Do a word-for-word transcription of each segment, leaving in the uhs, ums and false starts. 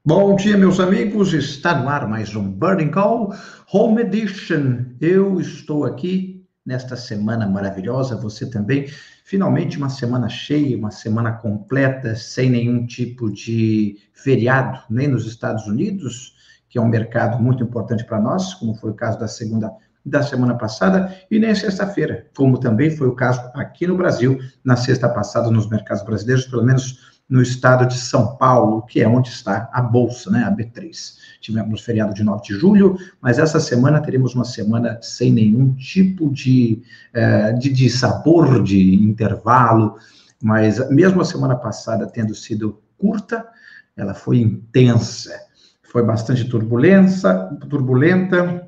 Bom dia, meus amigos. Está no ar mais um Burning Call Home Edition. Eu estou aqui nesta semana maravilhosa, você também. Finalmente uma semana cheia, uma semana completa, sem nenhum tipo de feriado, nem nos Estados Unidos, que é um mercado muito importante para nós, como foi o caso da segunda da semana passada, e nem sexta-feira, como também foi o caso aqui no Brasil, na sexta passada, nos mercados brasileiros, pelo menos no estado de São Paulo, que é onde está a Bolsa, né, a B três. Tivemos feriado de nove de julho, mas essa semana teremos uma semana sem nenhum tipo de, eh, de, de sabor, de intervalo, mas mesmo a semana passada tendo sido curta, ela foi intensa, foi bastante turbulência, turbulenta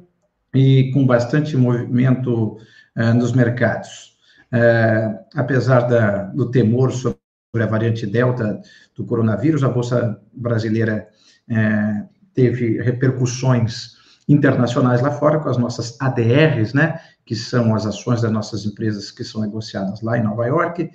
e com bastante movimento eh, nos mercados. Eh, apesar da, do temor sobre sobre a variante Delta do coronavírus, a Bolsa Brasileira é, teve repercussões internacionais lá fora, com as nossas A D Rs, né, que são as ações das nossas empresas que são negociadas lá em Nova York,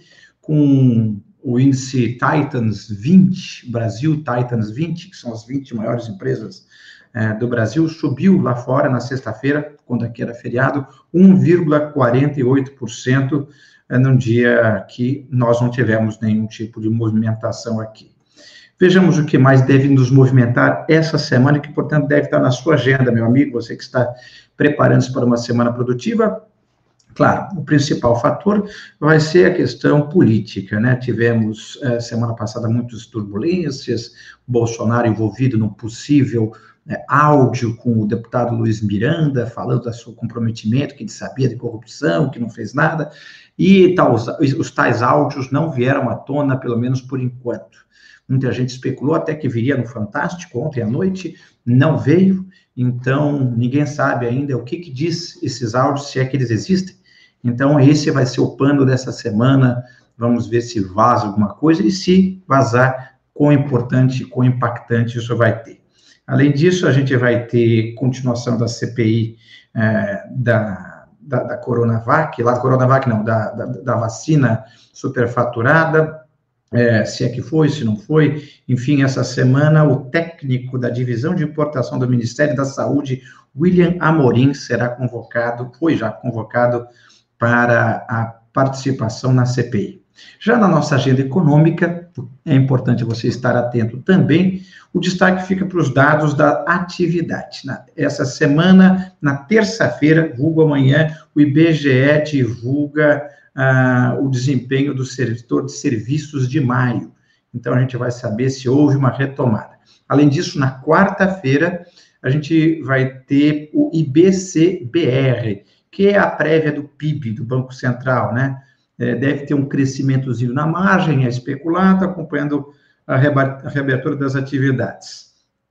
com o índice Titans vinte, Brasil Titans vinte, que são as vinte maiores empresas é, do Brasil, subiu lá fora na sexta-feira, quando aqui era feriado, um vírgula quarenta e oito por cento, num dia que nós não tivemos nenhum tipo de movimentação aqui. Vejamos o que mais deve nos movimentar essa semana, que, portanto, deve estar na sua agenda, meu amigo, você que está preparando-se para uma semana produtiva. Claro, o principal fator vai ser a questão política, né? Tivemos, eh, semana passada, muitas turbulências, Bolsonaro envolvido num possível né, áudio com o deputado Luiz Miranda, falando do seu comprometimento, que ele sabia de corrupção, que não fez nada, e tal, os, os tais áudios não vieram à tona, pelo menos por enquanto. Muita gente especulou até que viria no Fantástico ontem à noite, não veio, então ninguém sabe ainda o que, que diz esses áudios, se é que eles existem. Então esse vai ser o pano dessa semana, vamos ver se vaza alguma coisa, e se vazar, quão importante, quão impactante isso vai ter. Além disso, a gente vai ter continuação da C P I é, da, da, da Coronavac, lá da Coronavac não, da, da, da vacina superfaturada, é, se é que foi, se não foi. Enfim, essa semana o técnico da divisão de importação do Ministério da Saúde, William Amorim, será convocado, foi já convocado para a participação na C P I. Já na nossa agenda econômica, é importante você estar atento também, o destaque fica para os dados da atividade. Essa semana, na terça-feira, vulgo amanhã, o I B G E divulga ah, o desempenho do setor de serviços de maio. Então, a gente vai saber se houve uma retomada. Além disso, na quarta-feira, a gente vai ter o I B C B R, que é a prévia do P I B, do Banco Central, né? É, deve ter um crescimentozinho na margem, é especulado, acompanhando a, reba- a reabertura das atividades.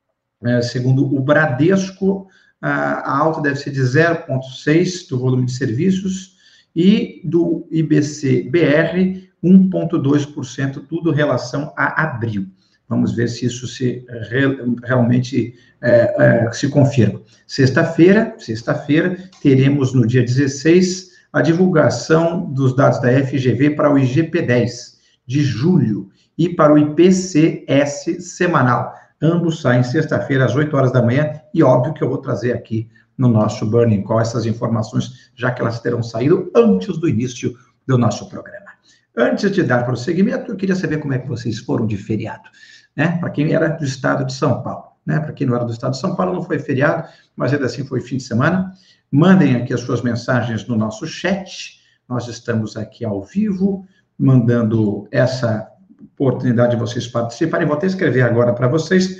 É, segundo o Bradesco, a, a alta deve ser de zero vírgula seis do volume de serviços e do I B C B R, um vírgula dois por cento, tudo em relação a abril. Vamos ver se isso se re, realmente é, é, se confirma. Sexta-feira, sexta-feira, teremos no dia dezesseis a divulgação dos dados da F G V para o I G P dez de julho e para o I P C S semanal. Ambos saem sexta-feira às oito horas da manhã e óbvio que eu vou trazer aqui no nosso Burning Call essas informações, já que elas terão saído antes do início do nosso programa. Antes de dar prosseguimento, eu queria saber como é que vocês foram de feriado, né? Para quem era do estado de São Paulo, né? Para quem não era do estado de São Paulo, não foi feriado, mas ainda assim foi fim de semana. Mandem aqui as suas mensagens no nosso chat, nós estamos aqui ao vivo, mandando essa oportunidade de vocês participarem. Vou até escrever agora para vocês,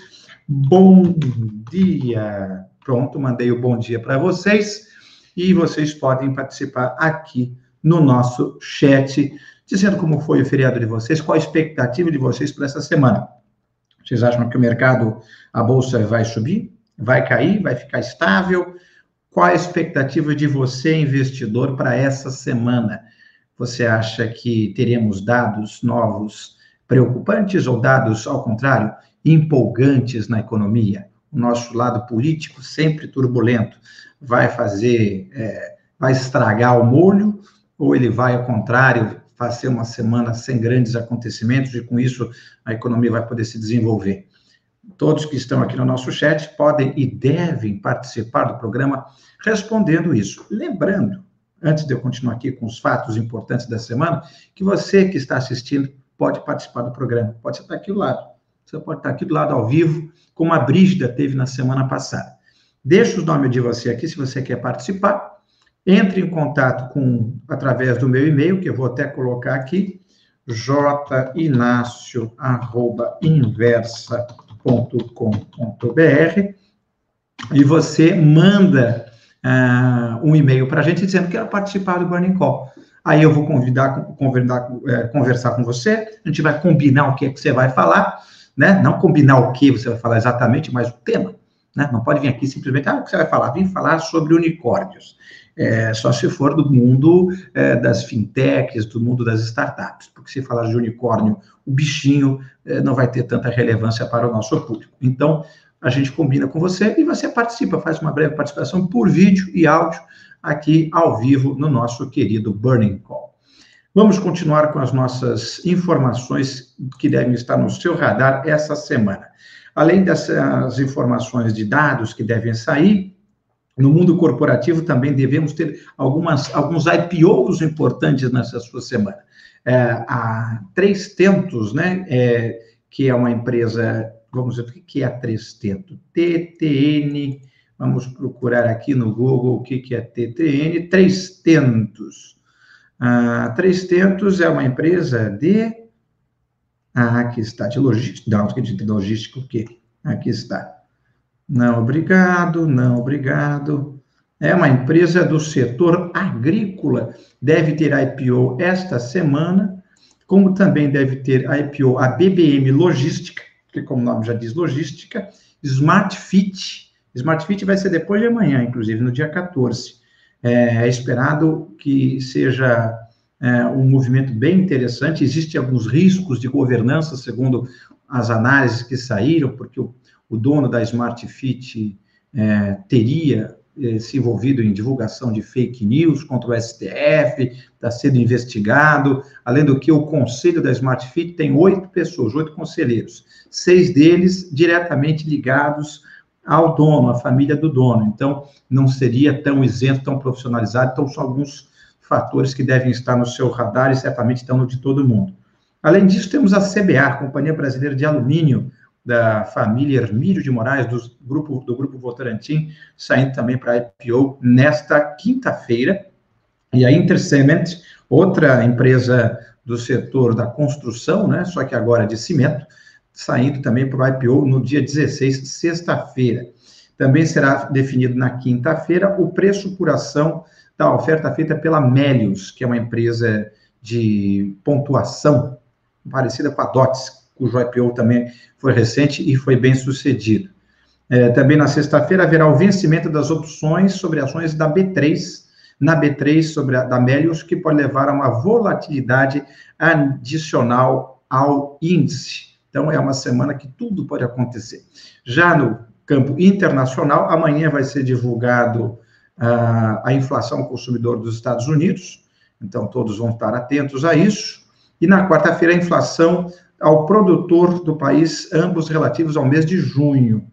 bom dia, pronto, mandei o bom dia para vocês, e vocês podem participar aqui no nosso chat, dizendo como foi o feriado de vocês, qual a expectativa de vocês para essa semana. Vocês acham que o mercado, a bolsa vai subir, vai cair, vai ficar estável? Qual a expectativa de você, investidor, para essa semana? Você acha que teremos dados novos preocupantes ou dados, ao contrário, empolgantes na economia? O nosso lado político, sempre turbulento, vai fazer, é, vai estragar o molho, ou ele vai, ao contrário, fazer uma semana sem grandes acontecimentos e, com isso, a economia vai poder se desenvolver? Todos que estão aqui no nosso chat podem e devem participar do programa respondendo isso. Lembrando, antes de eu continuar aqui com os fatos importantes da semana, que você que está assistindo pode participar do programa. Pode estar aqui do lado. Você pode estar aqui do lado ao vivo, como a Brígida teve na semana passada. Deixa o nome de você aqui, se você quer participar. Entre em contato com, através do meu e-mail, que eu vou até colocar aqui, j inácio arroba inversa ponto com ponto b r, e você manda uh, um e-mail para a gente dizendo que quero participar do Burning Call. Aí eu vou convidar, convidar, é, conversar com você, a gente vai combinar o que é que você vai falar, né? Não combinar o que você vai falar exatamente, mas o tema, né? Não pode vir aqui simplesmente, ah, o que você vai falar? Vem falar sobre unicórnios. É, só se for do mundo é, das fintechs, do mundo das startups, porque se falar de unicórnio, o bichinho é, não vai ter tanta relevância para o nosso público. Então, a gente combina com você e você participa, faz uma breve participação por vídeo e áudio aqui ao vivo no nosso querido Burning Call. Vamos continuar com as nossas informações que devem estar no seu radar essa semana. Além dessas informações de dados que devem sair, no mundo corporativo também devemos ter algumas, alguns I P Os importantes nessa sua semana. É, a três tentos, né, é, que é uma empresa, vamos ver o que é a três tentos, T T N, vamos procurar aqui no Google o que é T T N, três tentos. A três tentos é uma empresa de... Ah, aqui está, de logística, não, de logística o quê? Aqui está. Não, obrigado, não, obrigado. É uma empresa do setor agrícola, deve ter I P O esta semana, como também deve ter I P O a B B M Logística, que como o nome já diz, logística, Smart Fit. Smart Fit vai ser depois de amanhã, inclusive, no dia quatorze. É esperado que seja é, um movimento bem interessante. Existem alguns riscos de governança, segundo as análises que saíram, porque o O dono da Smart Fit é, teria é, se envolvido em divulgação de fake news contra o S T F, está sendo investigado, além do que o conselho da Smart Fit tem oito pessoas, oito conselheiros, seis deles diretamente ligados ao dono, à família do dono, então não seria tão isento, tão profissionalizado, então são alguns fatores que devem estar no seu radar e certamente estão no de todo mundo. Além disso, temos a C B A, Companhia Brasileira de Alumínio, da família Hermílio de Moraes, do grupo, do grupo Votorantim, saindo também para I P O nesta quinta-feira. E a Intercement, outra empresa do setor da construção, né, só que agora de cimento, saindo também para o I P O no dia dezesseis, sexta-feira. Também será definido na quinta-feira o preço por ação da oferta feita pela Melius, que é uma empresa de pontuação parecida com a D O T S, cujo I P O também foi recente e foi bem sucedido. É, também na sexta-feira haverá o vencimento das opções sobre ações da B três, na B três sobre a da Melius, que pode levar a uma volatilidade adicional ao índice. Então, é uma semana que tudo pode acontecer. Já no campo internacional, amanhã vai ser divulgado uh, a inflação consumidor dos Estados Unidos, então todos vão estar atentos a isso. E na quarta-feira, a inflação ao produtor do país, ambos relativos ao mês de junho.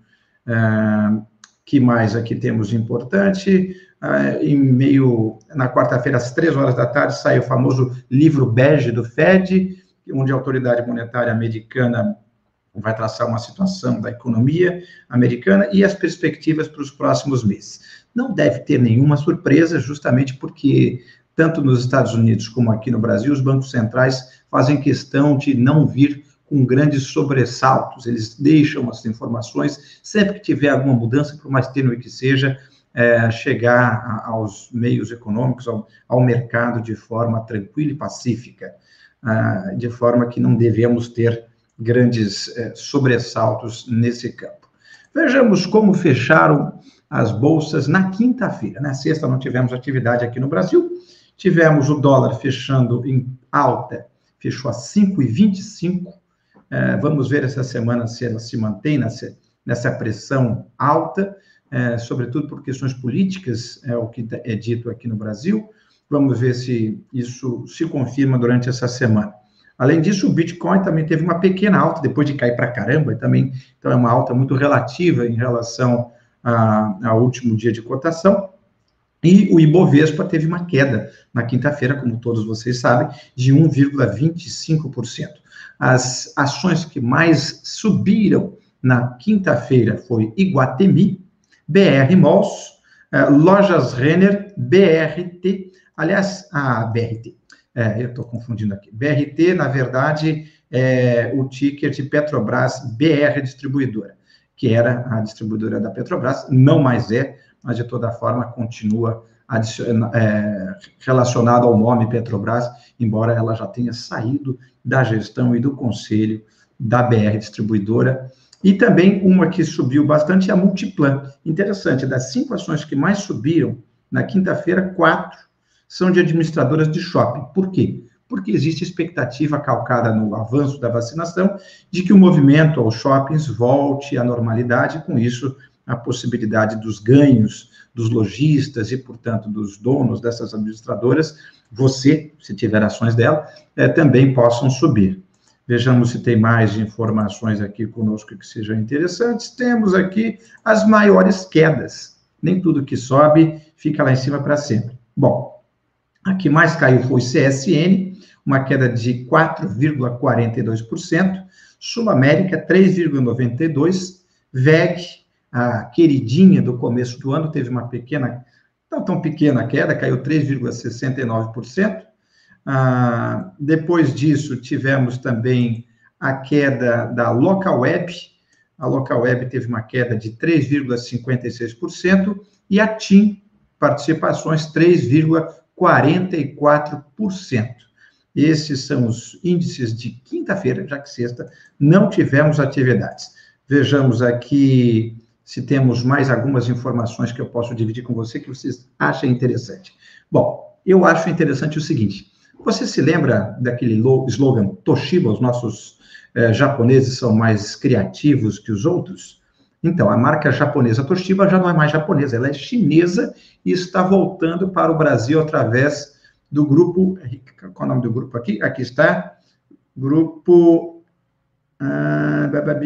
Uh, que mais aqui temos de importante? Uh, em meio, na quarta-feira, às três horas da tarde, sai o famoso livro bege do Fed, onde a autoridade monetária americana vai traçar uma situação da economia americana e as perspectivas para os próximos meses. Não deve ter nenhuma surpresa, justamente porque tanto nos Estados Unidos como aqui no Brasil, os bancos centrais fazem questão de não vir com grandes sobressaltos, eles deixam as informações, sempre que tiver alguma mudança, por mais tênue que seja, é, chegar a, aos meios econômicos, ao, ao mercado de forma tranquila e pacífica, ah, de forma que não devemos ter grandes é, sobressaltos nesse campo. Vejamos como fecharam as bolsas na quinta-feira. Na sexta não tivemos atividade aqui no Brasil, tivemos o dólar fechando em alta, fechou a cinco reais e vinte e cinco centavos. É, vamos ver essa semana se ela se mantém nessa, nessa pressão alta, é, sobretudo por questões políticas, é o que é dito aqui no Brasil. Vamos ver se isso se confirma durante essa semana. Além disso, o Bitcoin também teve uma pequena alta, depois de cair para caramba, também, então é uma alta muito relativa em relação a, ao último dia de cotação. E o Ibovespa teve uma queda na quinta-feira, como todos vocês sabem, de um vírgula vinte e cinco por cento. As ações que mais subiram na quinta-feira foi Iguatemi, B R Malls, uh, Lojas Renner, B R T, aliás, a B R T, é, eu estou confundindo aqui, B R T, na verdade, é o ticker de Petrobras, B R Distribuidora, que era a distribuidora da Petrobras, não mais é, mas de toda forma continua é, relacionado ao nome Petrobras, embora ela já tenha saído da gestão e do conselho da B R Distribuidora. E também uma que subiu bastante é a Multiplan. Interessante, das cinco ações que mais subiram na quinta-feira, quatro são de administradoras de shopping. Por quê? Porque existe expectativa calcada no avanço da vacinação de que o movimento aos shoppings volte à normalidade, com isso a possibilidade dos ganhos dos lojistas e, portanto, dos donos dessas administradoras, você, se tiver ações dela, é, também possam subir. Vejamos se tem mais informações aqui conosco que sejam interessantes. Temos aqui as maiores quedas. Nem tudo que sobe fica lá em cima para sempre. Bom, a que mais caiu foi C S N, uma queda de quatro vírgula quarenta e dois por cento. Sul América, três vírgula noventa e dois por cento. V E G, a queridinha do começo do ano, teve uma pequena, não tão pequena queda, caiu três vírgula sessenta e nove por cento. Ah, depois disso, tivemos também a queda da Localweb. A Localweb teve uma queda de três vírgula cinquenta e seis por cento e a TIM, participações, três vírgula quarenta e quatro por cento. Esses são os índices de quinta-feira, já que sexta não tivemos atividades. Vejamos aqui se temos mais algumas informações que eu posso dividir com você que vocês achem interessante. Bom, eu acho interessante o seguinte: você se lembra daquele slogan Toshiba, os nossos eh, japoneses são mais criativos que os outros? Então, a marca japonesa Toshiba já não é mais japonesa, ela é chinesa e está voltando para o Brasil através do grupo, qual é o nome do grupo aqui? Aqui está, grupo, ah,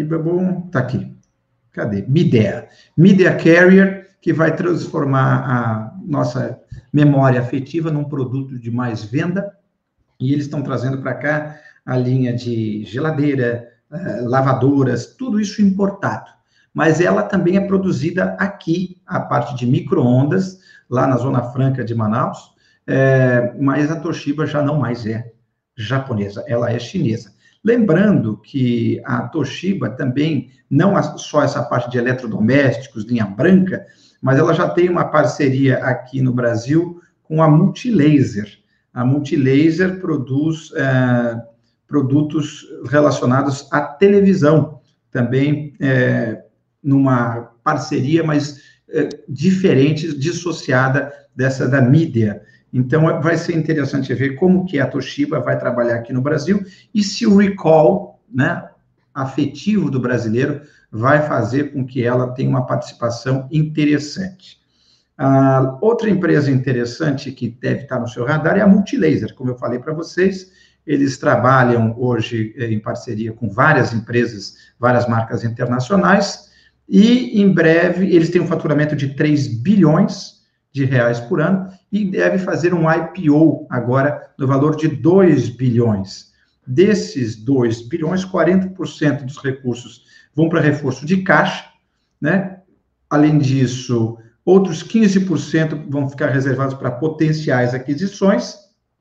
tá aqui, cadê? Midea, Midea Carrier, que vai transformar a nossa memória afetiva num produto de mais venda, e eles estão trazendo para cá a linha de geladeira, uh, lavadoras, tudo isso importado. Mas ela também é produzida aqui, a parte de micro-ondas, lá na Zona Franca de Manaus, é, mas a Toshiba já não mais é japonesa, ela é chinesa. Lembrando que a Toshiba também, não só essa parte de eletrodomésticos, linha branca, mas ela já tem uma parceria aqui no Brasil com a Multilaser. A Multilaser produz é, produtos relacionados à televisão, também é, numa parceria, mas é, diferente, dissociada dessa da mídia. Então, vai ser interessante ver como que a Toshiba vai trabalhar aqui no Brasil e se o recall, né, afetivo do brasileiro vai fazer com que ela tenha uma participação interessante. Uh, outra empresa interessante que deve estar no seu radar é a Multilaser. Como eu falei para vocês, eles trabalham hoje em parceria com várias empresas, várias marcas internacionais, e em breve eles têm um faturamento de três bilhões de reais por ano e deve fazer um I P O agora no valor de dois bilhões. Desses dois bilhões, quarenta por cento dos recursos vão para reforço de caixa, né? Além disso, outros quinze por cento vão ficar reservados para potenciais aquisições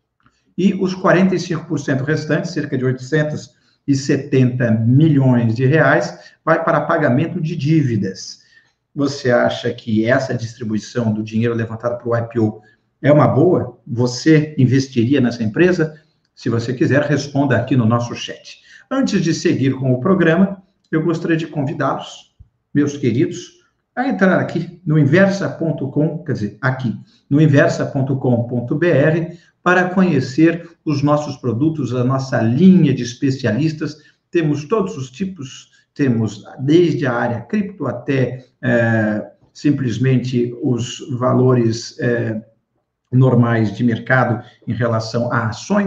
e os quarenta e cinco por cento restantes, cerca de oitocentos e setenta milhões de reais, vai para pagamento de dívidas. Você acha que essa distribuição do dinheiro levantado para o I P O é uma boa? Você investiria nessa empresa? Se você quiser, responda aqui no nosso chat. Antes de seguir com o programa, eu gostaria de convidá-los, meus queridos, a entrar aqui no inversa ponto com, quer dizer, aqui, no inversa ponto com ponto b r, para conhecer os nossos produtos, a nossa linha de especialistas. Temos todos os tipos, temos desde a área cripto até é, simplesmente os valores é, normais de mercado em relação a ações.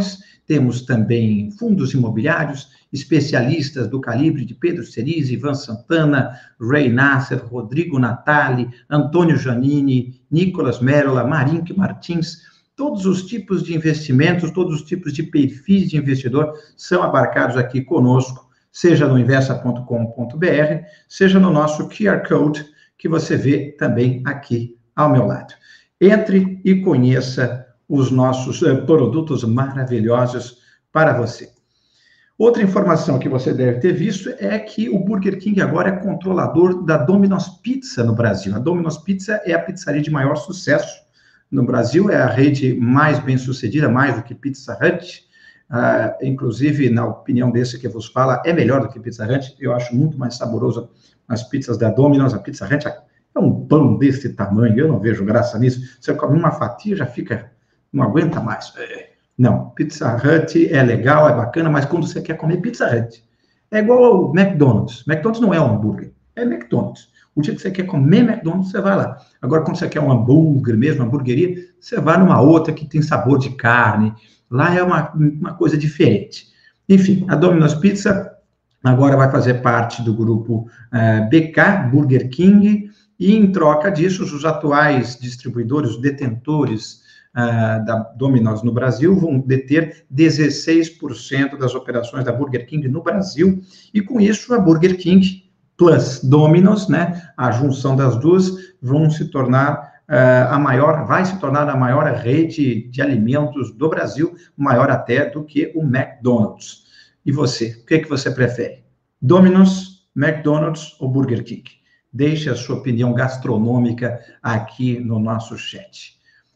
temos também fundos imobiliários, especialistas do calibre de Pedro Cerise, Ivan Santana, Ray Nasser, Rodrigo Natali, Antônio Giannini, Nicolas Merola, Marink Martins. Todos os tipos de investimentos, todos os tipos de perfis de investidor são abarcados aqui conosco, seja no inversa ponto com ponto br, seja no nosso Q R Code, que você vê também aqui ao meu lado. Entre e conheça os nossos uh, produtos maravilhosos para você. Outra informação que você deve ter visto é que o Burger King agora é controlador da Domino's Pizza no Brasil. A Domino's Pizza é a pizzaria de maior sucesso no Brasil, é a rede mais bem-sucedida, mais do que Pizza Hut. Uh, inclusive, na opinião desse que vos fala, é melhor do que Pizza Hut. Eu acho muito mais saboroso as pizzas da Domino's. A Pizza Hut é um pão desse tamanho, eu não vejo graça nisso. Você come uma fatia, já fica... não aguenta mais. Não, Pizza Hut é legal, é bacana, mas quando você quer comer Pizza Hut, é igual ao McDonald's. McDonald's não é um hambúrguer, é McDonald's. O dia que você quer comer McDonald's, você vai lá. Agora, quando você quer um hambúrguer mesmo, uma hamburgueria, você vai numa outra que tem sabor de carne. Lá é uma, uma coisa diferente. Enfim, a Domino's Pizza agora vai fazer parte do grupo uh, B K, Burger King, e em troca disso, os atuais distribuidores, os detentores Uh, da Domino's no Brasil vão deter dezesseis por cento das operações da Burger King no Brasil, e com isso a Burger King plus Domino's, né, a junção das duas, vão se tornar uh, a maior, vai se tornar a maior rede de alimentos do Brasil, maior até do que o McDonald's. E você, o que é que você prefere? Domino's, McDonald's ou Burger King? Deixe a sua opinião gastronômica aqui no nosso chat.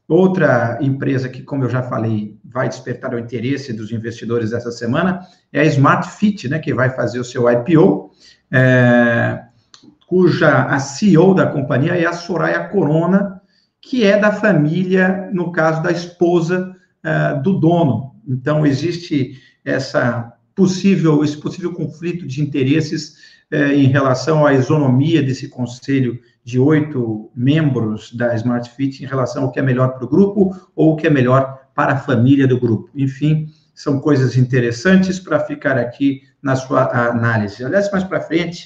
Outra empresa que, como eu já falei, vai despertar o interesse dos investidores essa semana é a Smart Fit, né, que vai fazer o seu I P O, é, cuja a C E O da companhia é a Soraya Corona, que é da família, no caso, da esposa é, do dono. Então, existe essa possível, esse possível conflito de interesses é, em relação à isonomia desse conselho de oito membros da Smart Fit em relação ao que é melhor para o grupo ou o que é melhor para a família do grupo. Enfim, são coisas interessantes para ficar aqui na sua análise. Aliás, mais para frente,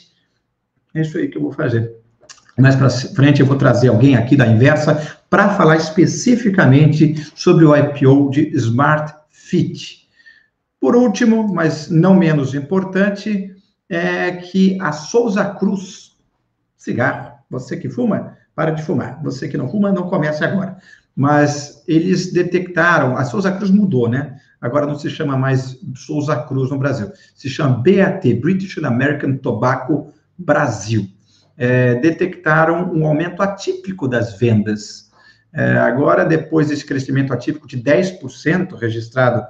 é isso aí que eu vou fazer. Mais para frente, eu vou trazer alguém aqui da Inversa para falar especificamente sobre o I P O de Smart Fit. Por último, mas não menos importante, é que a Souza Cruz, cigarro, você que fuma, para de fumar. Você que não fuma, não comece agora. Mas eles detectaram, a Souza Cruz mudou, né? Agora não se chama mais Souza Cruz no Brasil. Se chama B A T, British American Tobacco Brasil. É, detectaram um aumento atípico das vendas. É, agora, depois desse crescimento atípico de dez por cento registrado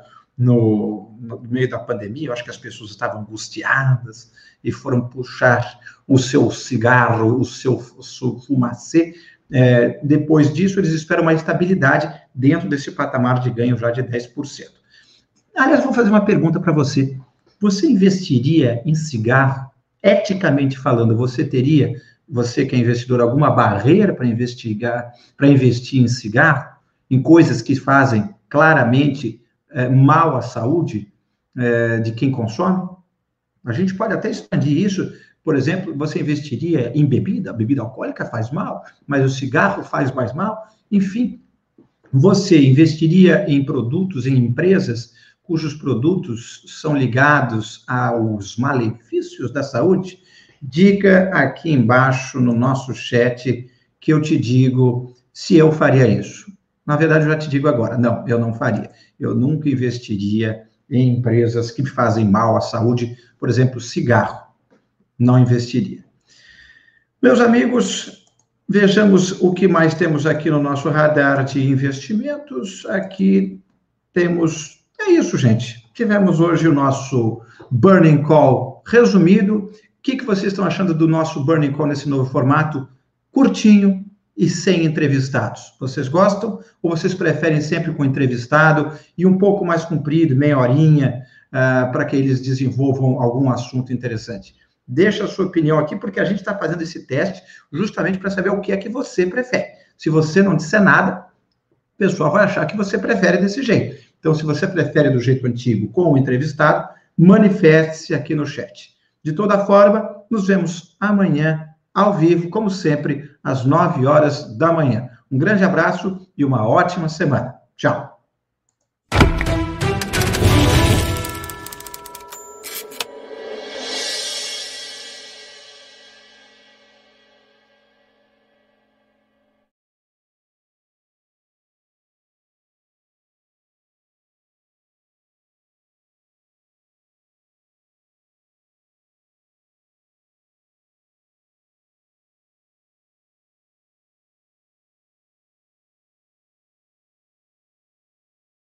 no, no meio da pandemia, eu acho que as pessoas estavam angustiadas e foram puxar o seu cigarro, o seu, o seu fumacê. É, depois disso, eles esperam uma estabilidade dentro desse patamar de ganho já de dez por cento. Aliás, vou fazer uma pergunta para você. Você investiria em cigarro? Eticamente falando, você teria, você que é investidor, alguma barreira para investigar, para investir em cigarro, em coisas que fazem claramente é, mal à saúde é, de quem consome? A gente pode até expandir isso. Por exemplo, você investiria em bebida? A bebida alcoólica faz mal, mas o cigarro faz mais mal? Enfim, você investiria em produtos, em empresas cujos produtos são ligados aos malefícios da saúde? Diga aqui embaixo no nosso chat que eu te digo se eu faria isso. Na verdade, eu já te digo agora, não, eu não faria. Eu nunca investiria em empresas que fazem mal à saúde, por exemplo, cigarro. Não investiria. Meus amigos, vejamos o que mais temos aqui no nosso radar de investimentos. Aqui temos... É isso, gente. Tivemos hoje o nosso Burning Call resumido. O que, que vocês estão achando do nosso Burning Call nesse novo formato? Curtinho e sem entrevistados. Vocês gostam? Ou vocês preferem sempre com entrevistado e um pouco mais comprido, meia horinha, uh, para que eles desenvolvam algum assunto interessante? Deixa a sua opinião aqui, porque a gente está fazendo esse teste justamente para saber o que é que você prefere. Se você não disser nada, o pessoal vai achar que você prefere desse jeito. Então, se você prefere do jeito antigo com o entrevistado, manifeste-se aqui no chat. De toda forma, nos vemos amanhã, ao vivo, como sempre, às nove horas da manhã. Um grande abraço e uma ótima semana. Tchau!